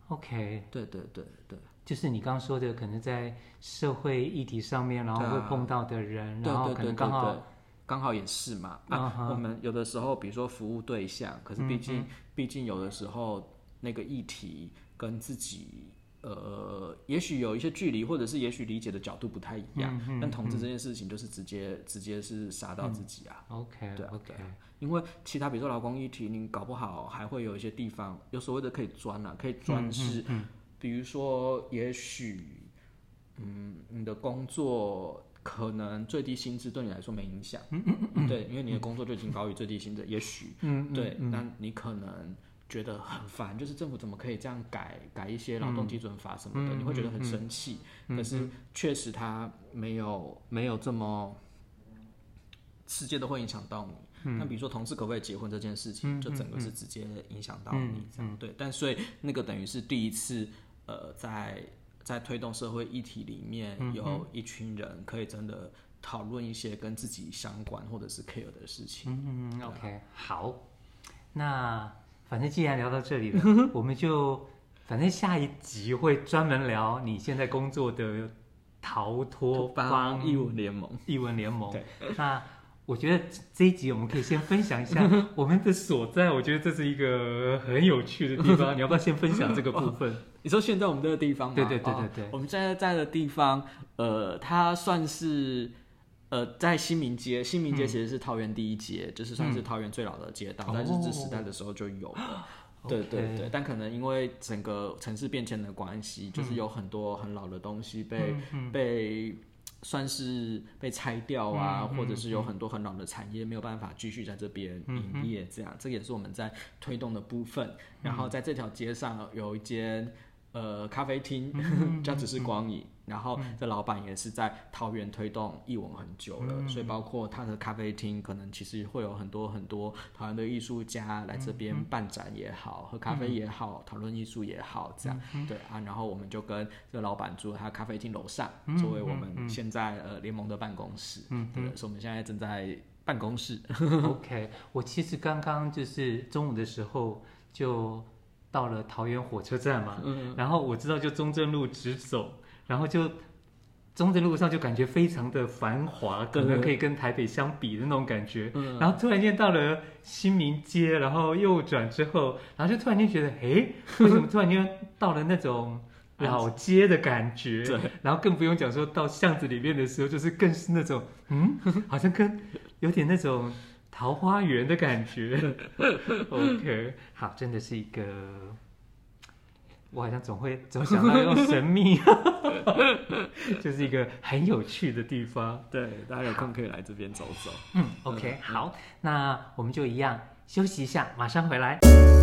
OK， 对对对对。 就是你刚刚说的，可能在社会议题上面，然后会碰到的人， 啊、 然后可能刚好刚好也是嘛。啊， uh-huh. 我们有的时候，比如说服务对象，可是毕竟、嗯、毕竟有的时候那个议题跟自己呃，也许有一些距离，或者是也许理解的角度不太一样。嗯、但同志这件事情就是直接、嗯、直接是杀到自己啊。 嗯、OK， 对啊 OK， 对啊。因为其他比如说劳工议题，你搞不好还会有一些地方有所谓的可以钻啊，可以钻是。嗯嗯嗯比如说，也许，嗯，你的工作可能最低薪资对你来说没影响，嗯嗯嗯对，因为你的工作就已经高于最低薪资，也许，嗯，对，嗯、但你可能觉得很烦，就是政府怎么可以这样改改一些劳动基准法什么的，嗯、你会觉得很生气。嗯、可是确实它没有没有这么直接的会影响到你。那、嗯、比如说同志可不可以结婚这件事情，嗯、就整个是直接影响到你这样，嗯、对。但所以那个等于是第一次。呃，在在推动社会议题里面，嗯、有一群人可以真的讨论一些跟自己相关或者是 care 的事情。 嗯嗯 ，OK， 好，那反正既然聊到这里了，我们就反正下一集会专门聊你现在工作的逃脱帮艺文联盟。 艺文联盟，对，那。我觉得这一集我们可以先分享一下我们的所在，我觉得这是一个很有趣的地方。你要不要先分享这个部分？哦、 你说现在我们这个地方吗？ 对对对对对， 哦、我们现在在的地方，呃，它算是呃在新民街，新民街其实是桃园第一街，嗯、就是算是桃园最老的街道，嗯、在日治时代的时候就有了。哦、对对对， okay. 但可能因为整个城市变迁的关系，嗯、就是有很多很老的东西被、嗯嗯、被。算是被拆掉啊，嗯、或者是有很多很老的产业没有办法继续在这边营业，这样，嗯、这也是我们在推动的部分。嗯、然后在这条街上有一间呃咖啡厅，嗯、叫只是光影。嗯然后这老板也是在桃园推动艺文很久了，嗯、所以包括他的咖啡厅，可能其实会有很多很多桃园的艺术家来这边办展也好，喝咖啡也好，讨论艺术也好，这样，嗯、对啊。然后我们就跟这个老板住他咖啡厅楼上，嗯、作为我们现在呃联盟的办公室，嗯、对，所以我们现在正在办公室。 OK， 我其实刚刚就是中午的时候就到了桃园火车站嘛，嗯、然后我知道就中正路直走。然后就中正路上就感觉非常的繁华，可能可以跟台北相比的那种感觉。嗯、然后突然间到了新民街，然后右转之后，然后就突然间觉得，哎，为什么突然间到了那种老街的感觉？然后更不用讲说到巷子里面的时候，就是更是那种，嗯，好像跟有点那种桃花源的感觉。OK， 好，真的是一个。我好像总会总想到用神秘，就是一个很有趣的地方。 对，大家有空可以来这边走走。 嗯 ，OK， 嗯、好，那我们就一样休息一下，马上回来。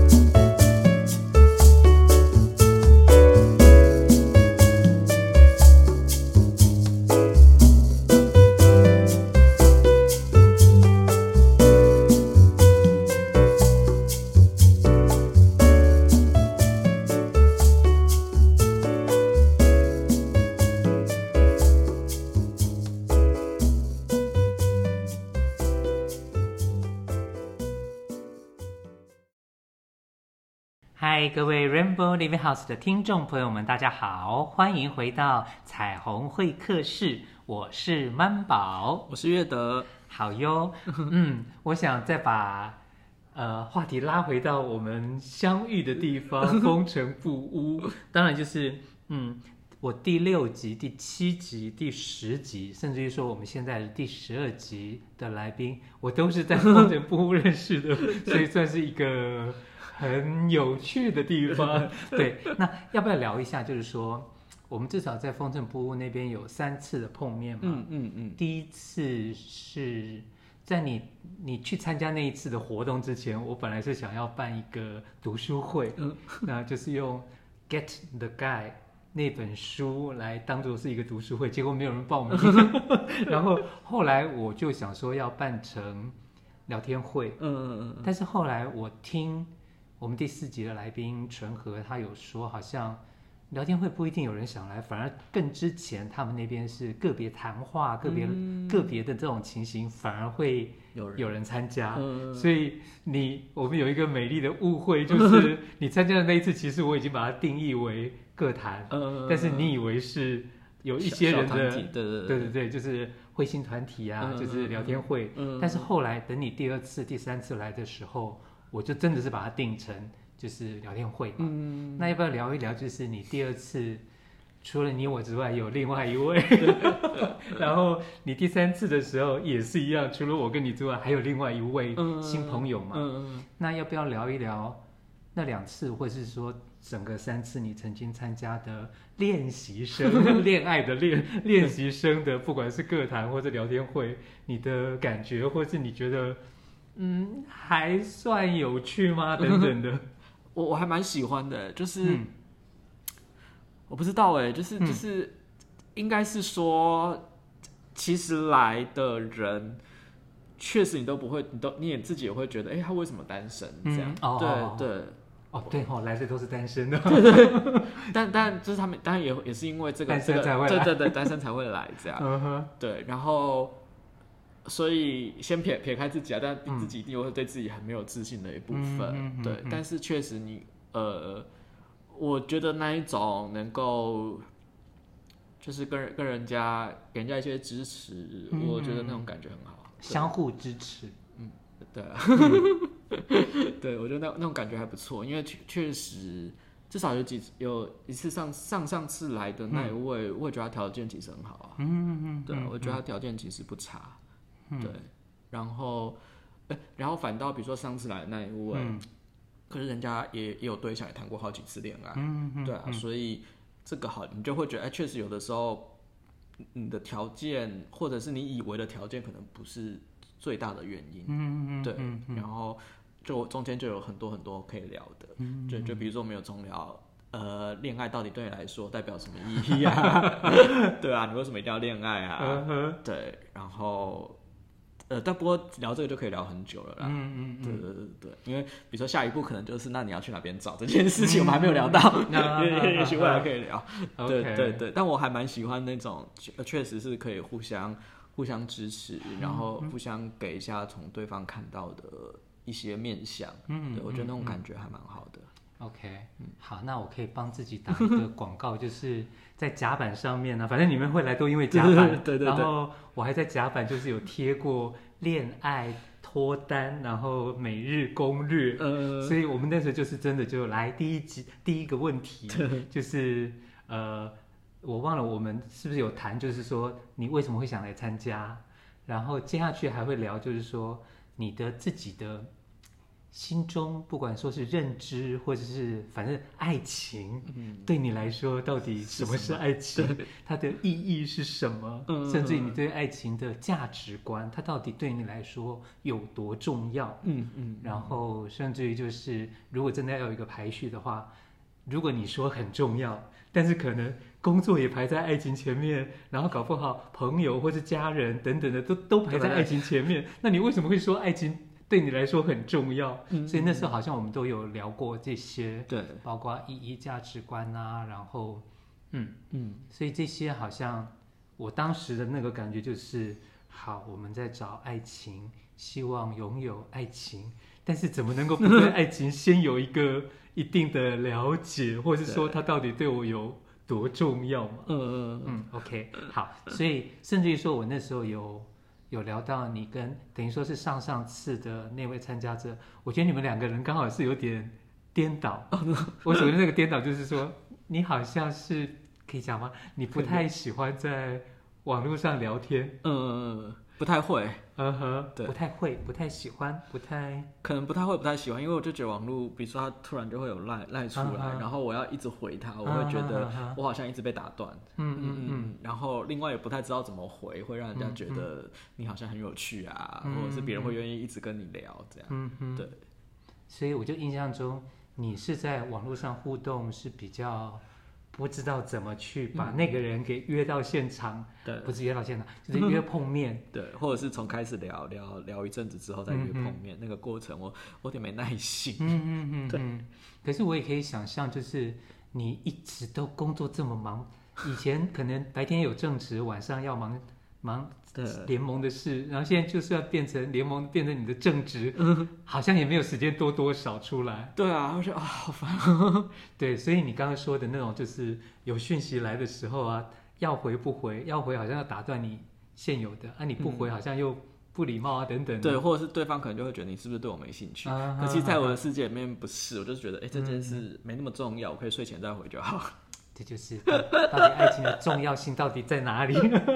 嗨，各位 Rainbow Living House 的听众朋友们，大家好，欢迎回到彩虹会客室，我是曼宝， 我是月德， 好哟。嗯，我想再把呃话题拉回到我们相遇的地方——风尘布屋。当然就是嗯，我第六集、第七集、第十集，甚至于说我们现在的第十二集的来宾，我都是在风尘布屋认识的，所以算是一个。很有趣的地方，对，那要不要聊一下？就是说，我们至少在风尘布屋那边有三次的碰面嘛。嗯嗯嗯。第一次是在你你去参加那一次的活动之前，我本来是想要办一个读书会，嗯，那就是用 Get the Guy 那本书来当做是一个读书会，结果没有人报名。然后后来我就想说要办成聊天会，嗯嗯嗯，但是后来我听我们第四集的来宾纯和他有说，好像聊天会不一定有人想来，反而更之前他们那边是个别谈话、个别、嗯、个别的这种情形，反而会有人有人参加。嗯、所以你我们有一个美丽的误会，就是你参加的那一次，其实我已经把它定义为个谈，嗯、但是你以为是有一些人的， 对对对对对对，就是会心团体啊，嗯、就是聊天会。嗯、但是后来等你第二次、第三次来的时候，我就真的是把它定成。就是聊天会嘛，嗯、那要不要聊一聊？就是你第二次除了你我之外，有另外一位，然后你第三次的时候也是一样，除了我跟你之外，还有另外一位新朋友嘛。嗯嗯、那要不要聊一聊那两次，或是说整个三次你曾经参加的练习生、恋爱的练练习生的，不管是个谈或者聊天会，你的感觉，或是你觉得嗯还算有趣吗？等等的。 我我还蛮喜欢的，就是、嗯、我不知道哎，就是就是、嗯、应该是说，其实来的人确实你都不会，你都你也自己也会觉得，哎，他为什么单身这样？嗯、哦、对哦对哦对哦，来的都是单身的， 对对。但但就是他们当然也也是因为这个单身才会来， 对对对，单身才会来这样。嗯、对，然后。所以先撇撇开自己啊，但自己一定会对自己很没有自信的一部分，嗯、对。嗯、但是确实你呃，我觉得那一种能够就是跟跟人家给人家一些支持，嗯、我觉得那种感觉很好， 相互支持。 嗯，对啊，嗯、对，我觉得那那种感觉还不错，因为确实至少有几有一次上上上次来的那一位，嗯、我也觉得他条件其实很好啊，嗯嗯嗯，对，我觉得他条件其实不差。对，然后，欸、然后反倒比如说上次来的那一位，嗯、可是人家也也有对象，也谈过好几次恋爱，嗯嗯、对啊，嗯、所以这个好，你就会觉得，哎、欸，确实有的时候你的条件或者是你以为的条件，可能不是最大的原因，嗯嗯对，嗯嗯、然后就中间就有很多很多可以聊的，嗯、就就比如说我们有重聊。呃，恋爱到底对你来说代表什么意义啊？对啊，你为什么一定要恋爱啊？uh-huh. 对，然后。呃，但不过聊这个就可以聊很久了啦。嗯嗯嗯，对对对对，因为比如说下一步可能就是那你要去哪边找这件事情，我们还没有聊到，也许未来可以聊。对对对，但我还蛮喜欢那种，确实是可以互相互相支持，然后互相给一下从对方看到的一些面向。嗯，对我觉得那种感觉还蛮好的。 OK， 嗯，好，那我可以帮自己打一个广告，就是在甲板上面呢、啊，反正你们会来都因为甲板， 对对对， 然后我还在甲板就是有贴过恋爱脱单，然后每日攻略，呃，所以我们那时候就是真的就来第一集第一个问题就是呃，我忘了我们是不是有谈，就是说你为什么会想来参加，然后接下去还会聊，就是说你的自己的。心中不管说是认知或者是反正爱情、嗯、对你来说到底什么是爱情，它的意义是什么、嗯、甚至于你对爱情的价值观它到底对你来说有多重要，嗯嗯，然后甚至于就是如果真的要有一个排序的话，如果你说很重要，但是可能工作也排在爱情前面，然后搞不好朋友或是家人等等的都都排在爱情前面，那你为什么会说爱情对你来说很重要？嗯、所以那时候好像我们都有聊过这些，对，包括意义、价值观啊，然后，嗯嗯，所以这些好像我当时的那个感觉就是，好，我们在找爱情，希望拥有爱情，但是怎么能够不对爱情先有一个一定的了解，或是说它到底对我有多重要嘛？嗯嗯嗯 ，OK， 好，所以甚至于说我那时候有。有聊到你跟等于说是上上次的那位参加者，我觉得你们两个人刚好是有点颠倒。我所谓的那个颠倒就是说，你好像是可以讲吗？你不太喜欢在网络上聊天，嗯， 不太会， 嗯哼， 对， 不太会，不太喜欢，不太， 可能不太会，不太喜欢，因为我就觉得网络，比如说他突然就会有赖赖出来， 嗯哼然后我要一直回他，我会觉得我好像一直被打断， 嗯嗯嗯， 然后另外也不太知道怎么回，会让人家觉得你好像很有趣啊， 嗯、 或者是别人会愿意一直跟你聊这样， 嗯嗯， 对， 所以我就印象中你是在网络上互动是比较。不知道怎么去把那个人给约到现场，对、嗯，不是约到现场，就是约碰面， 对，或者是从开始聊聊聊一阵子之后再约碰面，嗯、那个过程我我有点没耐心， 嗯嗯嗯，对。可是我也可以想象，就是你一直都工作这么忙，以前可能白天有正职，晚上要忙忙联盟的事，然后现在就是要变成联盟，变成你的正职，嗯、好像也没有时间多多少出来。 对啊，我觉得啊、哦、好烦。 对，所以你刚刚说的那种，就是有讯息来的时候啊，要回不回，要回好像要打断你现有的，啊你不回好像又不礼貌啊等等。 对，或者是对方可能就会觉得你是不是对我没兴趣？啊、可其实在我的世界里面不是，我就是觉得哎这件事没那么重要，我可以睡前再回就好。 这就是到底爱情的重要性到底在哪里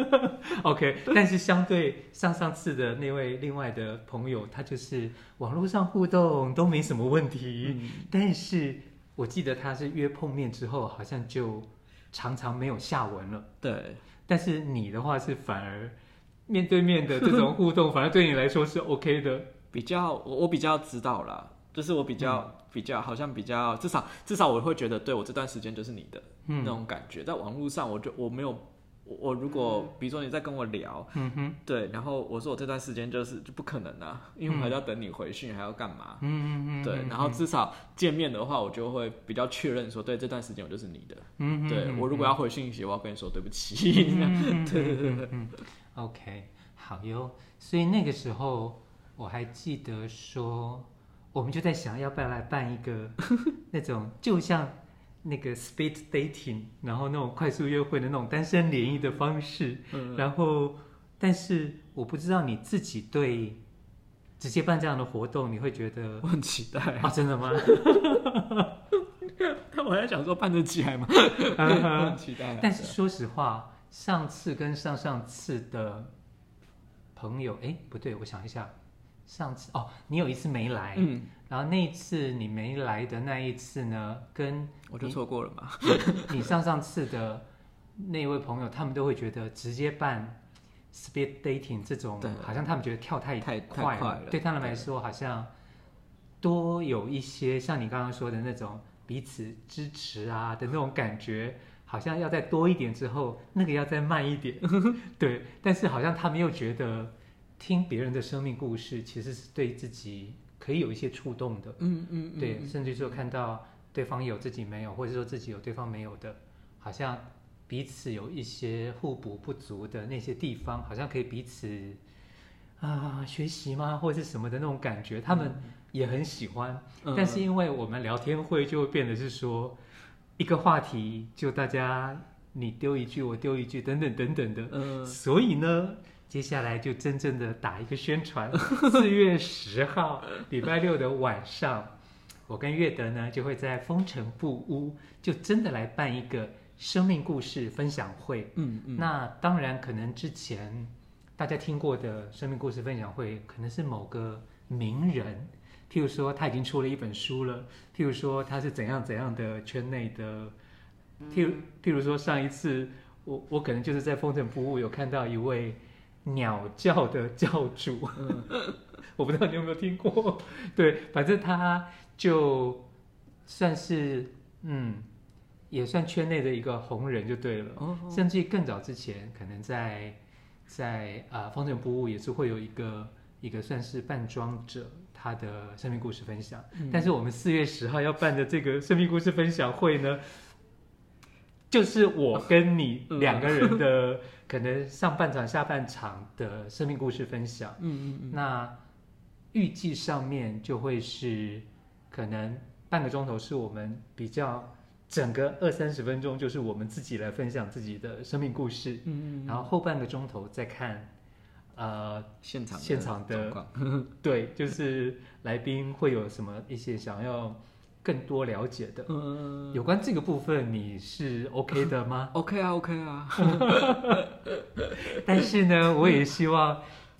？OK， 但是相对上上次的那位另外的朋友，他就是网络上互动都没什么问题，嗯、但是我记得他是约碰面之后，好像就常常没有下文了。 对， 但是你的话是反而面对面的这种互动，反而对你来说是 OK 的。 比较我我比较知道啦。就是我比较、嗯、比较好像比较至少至少我会觉得对我这段时间就是你的、嗯、那种感觉，在网络上我就我没有我我如果比如说你在跟我聊，嗯哼，对，然后我说我这段时间就是就不可能啊，因为我还要等你回讯，还要干嘛，嗯嗯嗯，对，然后至少见面的话，我就会比较确认说，对，这段时间我就是你的，嗯，对我如果要回讯息，我要跟你说对不起，嗯、对对对对、嗯、 ，OK， 好哟，所以那个时候我还记得说。我们就在想要不要来办一个那种就像那个 speed dating， 然后那种快速约会的那种单身联谊的方式，嗯、然后但是我不知道你自己对直接办这样的活动，你会觉得我很期待啊、 哦，真的吗？ 但我还想说办得起来吗？我很期待。 但是说实话，上次跟上上次的朋友，哎，不对，我想一下。上次哦，你有一次没来，嗯，然后那一次你没来的那一次呢，跟我就错过了嘛。 你上上次的那位朋友，他们都会觉得直接办 speed dating 这种，好像他们觉得跳太太快了， 快了对他们来说好像多有一些像你刚刚说的那种彼此支持啊的那种感觉，好像要再多一点之后，那个要再慢一点，对，但是好像他们又觉得。听别人的生命故事，其实是对自己可以有一些触动的，嗯嗯, 嗯，对，甚至说看到对方有自己没有，或者说自己有对方没有的，好像彼此有一些互补不足的那些地方，好像可以彼此啊、呃、学习吗，或者是什么的那种感觉，他们也很喜欢。嗯、但是因为我们聊天会就会变得是说一个话题，就大家你丢一句我丢一句等等等等的，嗯，所以呢。接下来就真正的打一个宣传，四月十号礼拜六的晚上，我跟月德呢就会在风城布屋，就真的来办一个生命故事分享会。嗯嗯。那当然，可能之前大家听过的生命故事分享会，可能是某个名人，譬如说他已经出了一本书了，譬如说他是怎样怎样的圈内的，譬如譬如说上一次我我可能就是在风城布屋有看到一位。鸟叫的教主、嗯，我不知道你有没有听过。对，反正他就算是嗯，也算圈内的一个红人就对了。哦哦甚至更早之前，可能在在啊风城布屋也是会有一个一个算是扮装者他的生命故事分享。嗯、但是我们四月十号要办的这个生命故事分享会呢？就是我跟你两个人的可能上半场、下半场的生命故事分享。嗯嗯嗯。那预计上面就会是可能半个钟头是我们比较整个二三十分钟就是我们自己来分享自己的生命故事。嗯嗯。然后后半个钟头再看呃现场现场的对，就是来宾会有什么一些想要。更多了解的，嗯，有关这个部分你是 OK 的吗？ OK 啊 OK 啊。 但是呢我也希望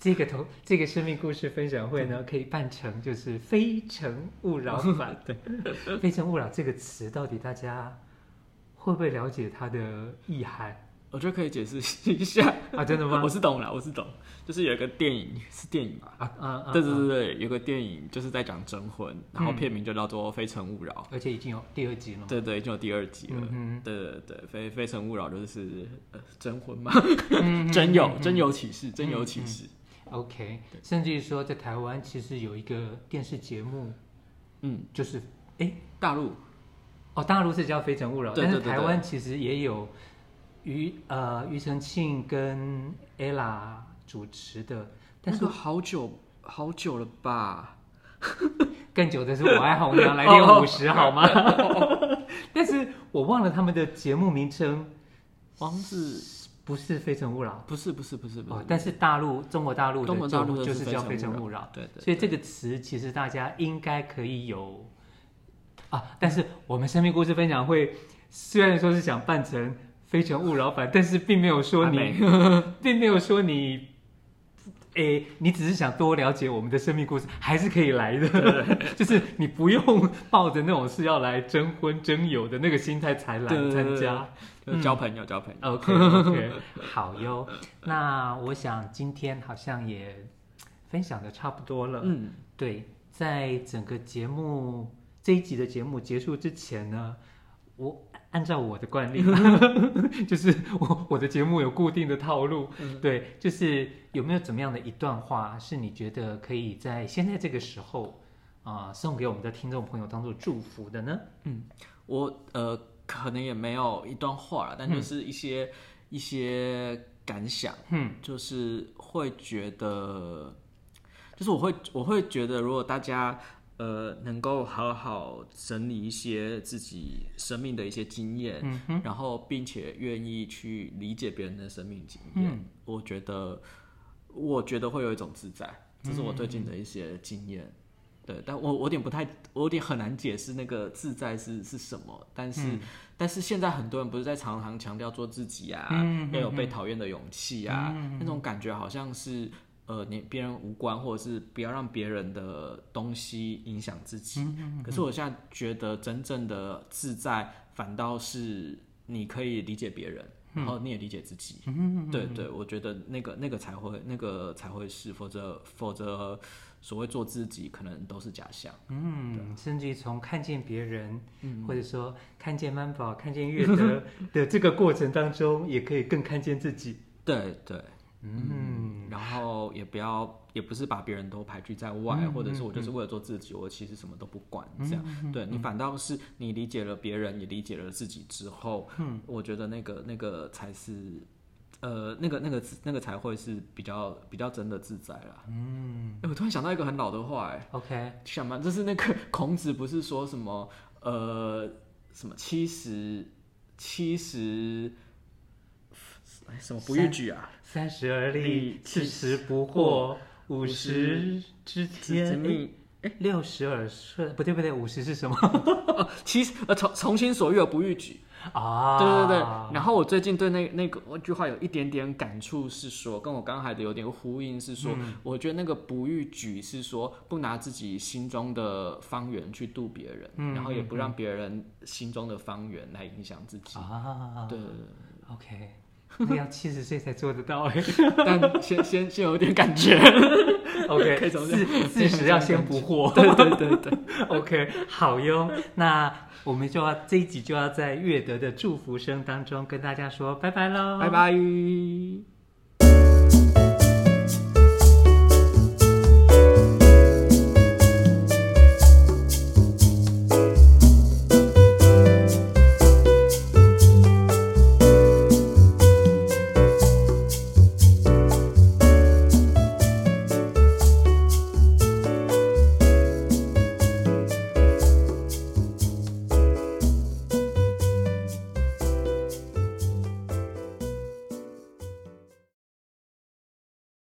这个头这个生命故事分享会呢，可以办成就是非诚勿扰版。对，非诚勿扰这个词到底大家会不会了解它的意涵？ 我觉得可以解释一下啊，真的吗？ 我是懂了，我是懂，就是有一个电影是电影嘛， 啊啊啊！ 对对对对，有个电影就是在讲征婚，然后片名就叫做《非诚勿扰》， 而且已经有第二集了。 对对，已经有第二集了。 嗯、 对对对，非非诚勿扰就是呃征婚嘛，真有真有启示，真有启示。 OK， 甚至于说在台湾其实有一个电视节目，嗯，就是哎大陆哦，大陆是叫《非诚勿扰》， 但是台湾其实也有。庾呃庾澄庆跟 ella 主持的，但是、 那个、好久好久了吧？ 更久的是我爱红娘来电五十好吗？但是我忘了他们的节目名称， 王子不是非诚勿扰， 不是不是不是不是、哦， 但是大陆中国大陆的中国大陆就是叫非诚勿扰， 对 对, 对。 所以这个词其实大家应该可以有啊，但是我们生命故事分享会虽然说是想办成非诚勿扰版，但是并没有说你，并没有说你，诶，你只是想多了解我们的生命故事，还是可以来的。就是你不用抱着那种是要来征婚征友的那个心态才来参加， 嗯、交朋友交朋友。 OK OK， 好哟。那我想今天好像也分享的差不多了。嗯，对，在整个节目这一集的节目结束之前呢，我。按照我的惯例，就是我我的节目有固定的套路，嗯、对，就是有没有怎么样的一段话是你觉得可以在现在这个时候啊、呃、送给我们的听众朋友当做祝福的呢？ 嗯，我呃可能也没有一段话了，但就是一些、嗯、一些感想，嗯，就是会觉得，就是我会我会觉得，如果大家。呃，能够好好整理一些自己生命的一些经验，嗯、然后并且愿意去理解别人的生命经验，嗯、我觉得，我觉得会有一种自在，这是我最近的一些经验。嗯、对，但我我有点不太，我有点很难解释那个自在是是什么。但是，嗯、但是现在很多人不是在常常强调做自己啊，嗯、要有被讨厌的勇气啊，嗯、那种感觉好像是。呃，你别人无关，或者是不要让别人的东西影响自己。嗯嗯嗯、可是我现在觉得，真正的自在，反倒是你可以理解别人，嗯、然后你也理解自己。嗯嗯嗯、对对，我觉得那个那个才会，那个才会是，否则否则所谓做自己，可能都是假象。 嗯，甚至于从看见别人，嗯、或者说看见曼宝、看见乐德的这个过程当中，也可以更看见自己。 对对。嗯，然后也不要，也不是把别人都排拒在外，嗯、或者是我就是为了做自己，嗯、我其实什么都不管，嗯、这样，嗯、对你反倒是你理解了别人，也理解了自己之后，嗯、我觉得那个那个才是，呃，那个那个那个才会是比较比较真的自在啦。嗯，我突然想到一个很老的话，哎 ，OK， 想嘛，就是那个孔子不是说什么，呃，什么七十七十。什么不逾矩啊？ 三十而立，四十不惑，五十知天，六十耳顺，不对不对，五十是什么？ 哦，其实呃，从从心所欲而不逾矩啊。对对对。然后我最近对那那个那句话有一点点感触，是说跟我刚才的有点呼应，是说，嗯、我觉得那个不逾矩是说不拿自己心中的方圆去度别人，嗯、然后也不让别人心中的方圆来影响自己啊。对对对 ，OK。那要七十岁才做得到哎， 但先先先有点感觉 ，OK， 可以从四四十要先不惑， 对对对对 ，OK， 好哟。那我们就要这一集就要在乐德的祝福声当中跟大家说拜拜喽， 拜拜。